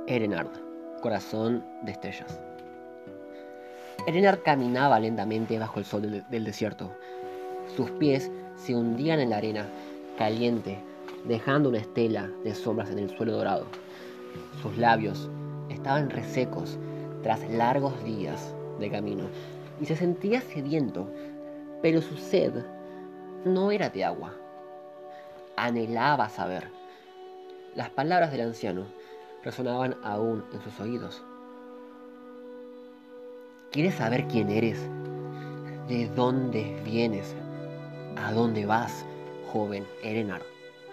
Erenard, corazón de estrellas. Erenard caminaba lentamente bajo el sol del desierto. Sus pies se hundían en la arena caliente, dejando una estela de sombras en el suelo dorado. Sus labios estaban resecos tras largos días de camino y se sentía sediento, pero su sed no era de agua. Anhelaba saber. Las palabras del anciano resonaban aún en sus oídos. ¿Quieres saber quién eres? ¿De dónde vienes? ¿A dónde vas, joven Erenard?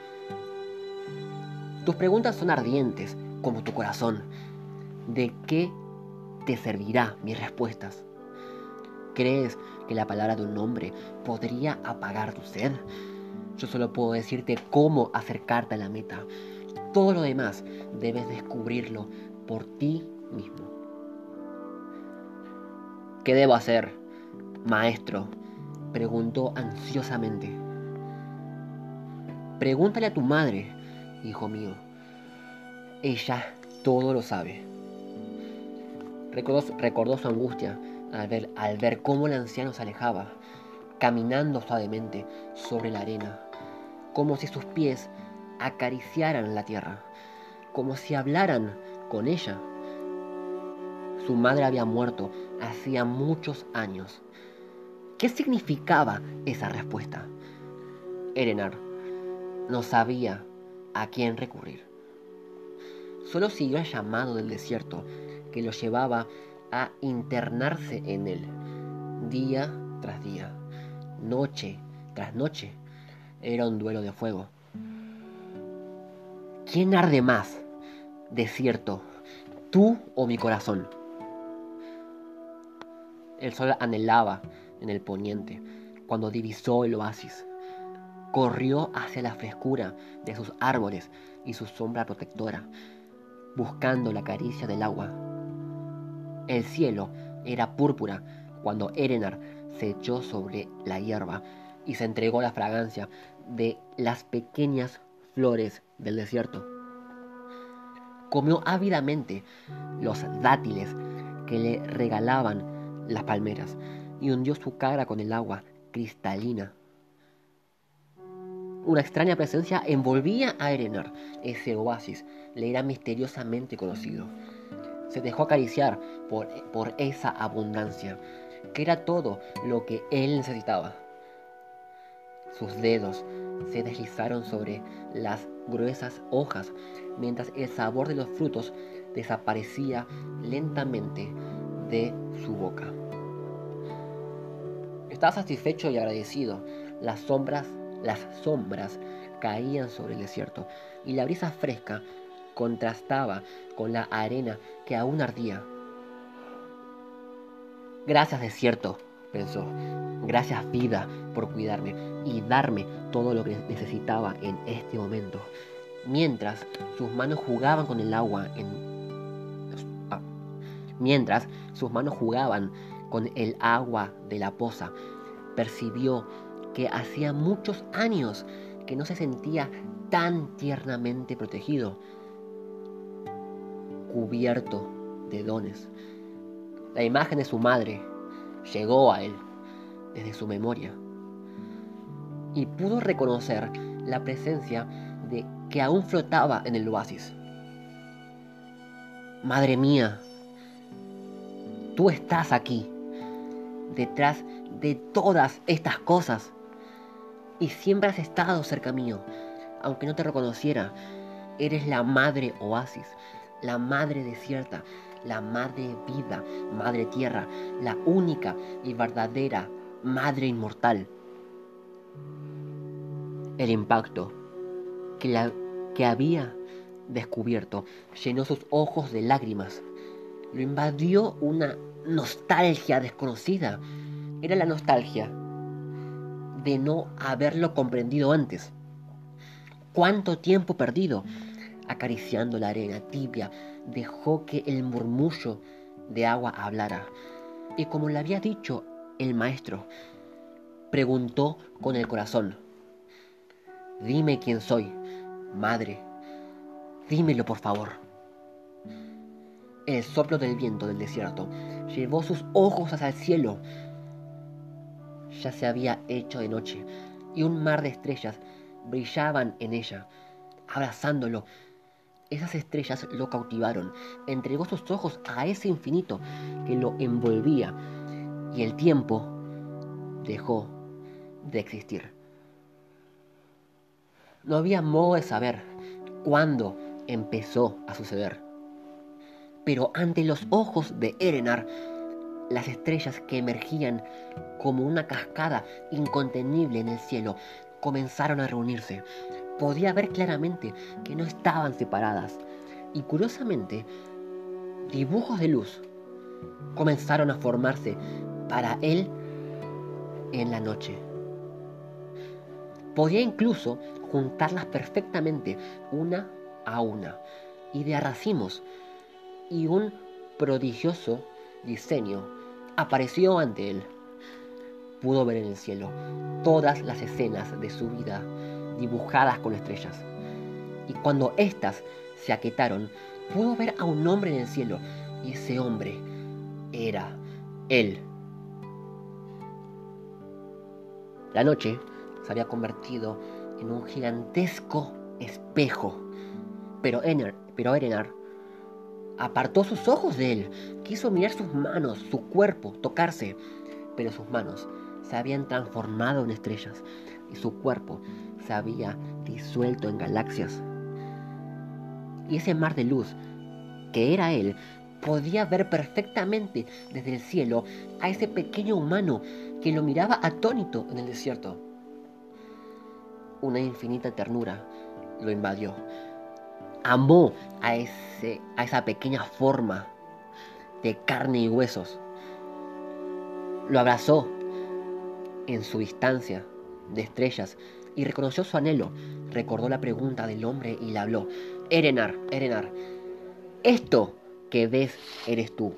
Tus preguntas son ardientes como tu corazón. ¿De qué te servirá mis respuestas? ¿Crees que la palabra de un hombre podría apagar tu sed? Yo solo puedo decirte cómo acercarte a la meta. Todo lo demás debes descubrirlo por ti mismo. ¿Qué debo hacer, maestro?, preguntó ansiosamente. Pregúntale a tu madre, hijo mío. Ella todo lo sabe. Recordó su angustia al ver cómo el anciano se alejaba, caminando suavemente sobre la arena, como si sus pies acariciaran la tierra, como si hablaran con ella. Su madre había muerto hacía muchos años. ¿Qué significaba esa respuesta? Erenard no sabía a quién recurrir. Solo siguió el llamado del desierto que lo llevaba a internarse en él, día tras día, noche tras noche. Era un duelo de fuego. ¿Quién arde más, desierto, tú o mi corazón? El sol anhelaba en el poniente cuando divisó el oasis. Corrió hacia la frescura de sus árboles y su sombra protectora, buscando la caricia del agua. El cielo era púrpura cuando Erenard se echó sobre la hierba y se entregó a la fragancia de las pequeñas flores del desierto. Comió ávidamente los dátiles que le regalaban las palmeras y hundió su cara con el agua cristalina. Una extraña presencia envolvía a Erenard. Ese oasis le era misteriosamente conocido. Se dejó acariciar por esa abundancia, que era todo lo que él necesitaba. Sus dedos se deslizaron sobre las gruesas hojas, mientras el sabor de los frutos desaparecía lentamente de su boca. Estaba satisfecho y agradecido. Las sombras caían sobre el desierto y la brisa fresca contrastaba con la arena que aún ardía. Gracias, desierto, pensó. Gracias, vida, por cuidarme y darme todo lo que necesitaba en este momento. Mientras sus manos jugaban con el agua Mientras sus manos jugaban con el agua de la poza, percibió que hacía muchos años que no se sentía tan tiernamente protegido, cubierto de dones. La imagen de su madre llegó a él desde su memoria y pudo reconocer la presencia de que aún flotaba en el oasis. Madre mía, tú estás aquí, detrás de todas estas cosas, y siempre has estado cerca mío, aunque no te reconociera. Eres la madre oasis, la madre desierta, la madre vida, madre tierra, la única y verdadera madre inmortal. El impacto que había descubierto llenó sus ojos de lágrimas. Lo invadió una nostalgia desconocida. Era la nostalgia de no haberlo comprendido antes. ¿Cuánto tiempo perdido? Acariciando la arena tibia, dejó que el murmullo de agua hablara. Y como le había dicho el maestro, preguntó con el corazón: Dime quién soy, madre. Dímelo, por favor. El soplo del viento del desierto llevó sus ojos hacia el cielo. Ya se había hecho de noche y un mar de estrellas brillaban en ella, abrazándolo. Esas estrellas lo cautivaron, entregó sus ojos a ese infinito que lo envolvía y el tiempo dejó de existir. No había modo de saber cuándo empezó a suceder. Pero ante los ojos de Erenar, las estrellas que emergían como una cascada incontenible en el cielo comenzaron a reunirse. Podía ver claramente que no estaban separadas. Y curiosamente, dibujos de luz comenzaron a formarse para él en la noche. Podía incluso juntarlas perfectamente una a una y de racimos, y un prodigioso diseño apareció ante él. Pudo ver en el cielo todas las escenas de su vida dibujadas con estrellas, y cuando éstas se aquietaron, pudo ver a un hombre en el cielo, y ese hombre era él. La noche se había convertido en un gigantesco espejo, pero Erenar apartó sus ojos de él, quiso mirar sus manos, su cuerpo, tocarse, pero sus manos se habían transformado en estrellas y su cuerpo se había disuelto en galaxias. Y ese mar de luz, que era él, podía ver perfectamente desde el cielo a ese pequeño humano que lo miraba atónito en el desierto. Una infinita ternura lo invadió. Amó a esa pequeña forma de carne y huesos. Lo abrazó en su distancia de estrellas y reconoció su anhelo. Recordó la pregunta del hombre y le habló. Erenar, esto que ves eres tú.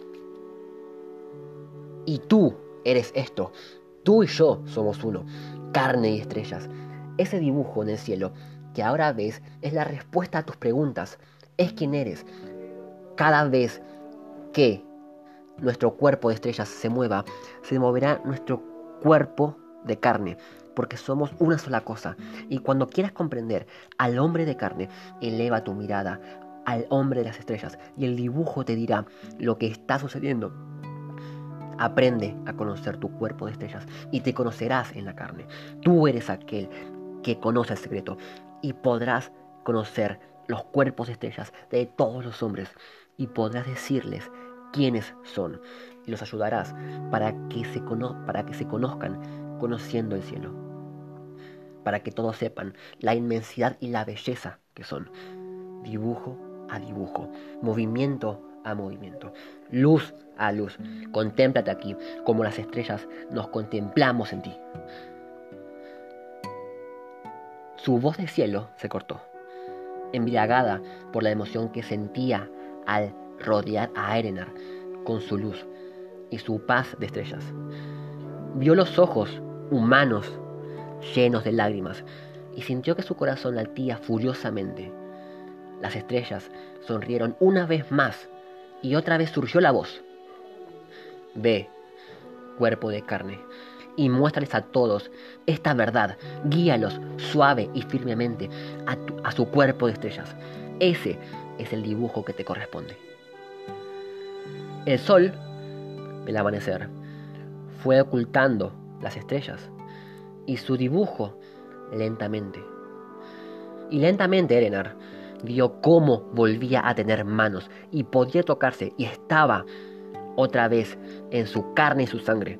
Y tú eres esto. Tú y yo somos uno, carne y estrellas. Ese dibujo en el cielo que ahora ves es la respuesta a tus preguntas. Es quien eres. Cada vez que nuestro cuerpo de estrellas se mueva, se moverá nuestro cuerpo de carne, porque somos una sola cosa. Y cuando quieras comprender al hombre de carne, eleva tu mirada al hombre de las estrellas y el dibujo te dirá lo que está sucediendo. Aprende a conocer tu cuerpo de estrellas y te conocerás en la carne. Tú eres aquel que conoce el secreto y podrás conocer los cuerpos de estrellas de todos los hombres y podrás decirles quiénes son y los ayudarás para que se conozcan conociendo el cielo, para que todos sepan la inmensidad y la belleza que son, dibujo a dibujo, movimiento a movimiento, luz a luz. Contémplate aquí como las estrellas nos contemplamos en ti. Su voz de cielo se cortó, embriagada por la emoción que sentía al rodear a Erenar con su luz y su paz de estrellas. Vio los ojos humanos llenos de lágrimas y sintió que su corazón latía furiosamente. Las estrellas sonrieron una vez más y otra vez surgió la voz. Ve, cuerpo de carne, y muéstrales a todos esta verdad. Guíalos suave y firmemente a su cuerpo de estrellas. Ese es el dibujo que te corresponde. El sol, el amanecer, fue ocultando las estrellas y su dibujo lentamente. Y lentamente Erenar vio cómo volvía a tener manos y podía tocarse y estaba otra vez en su carne y su sangre.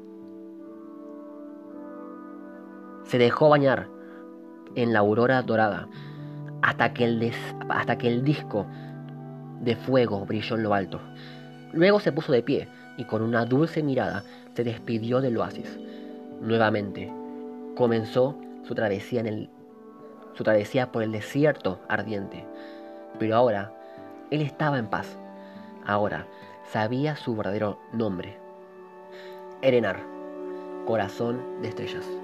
Se dejó bañar en la aurora dorada hasta que el disco de fuego brilló en lo alto. Luego se puso de pie y con una dulce mirada se despidió del oasis. Nuevamente comenzó su travesía por el desierto ardiente. Pero ahora él estaba en paz. Ahora sabía su verdadero nombre. Erenar, corazón de estrellas.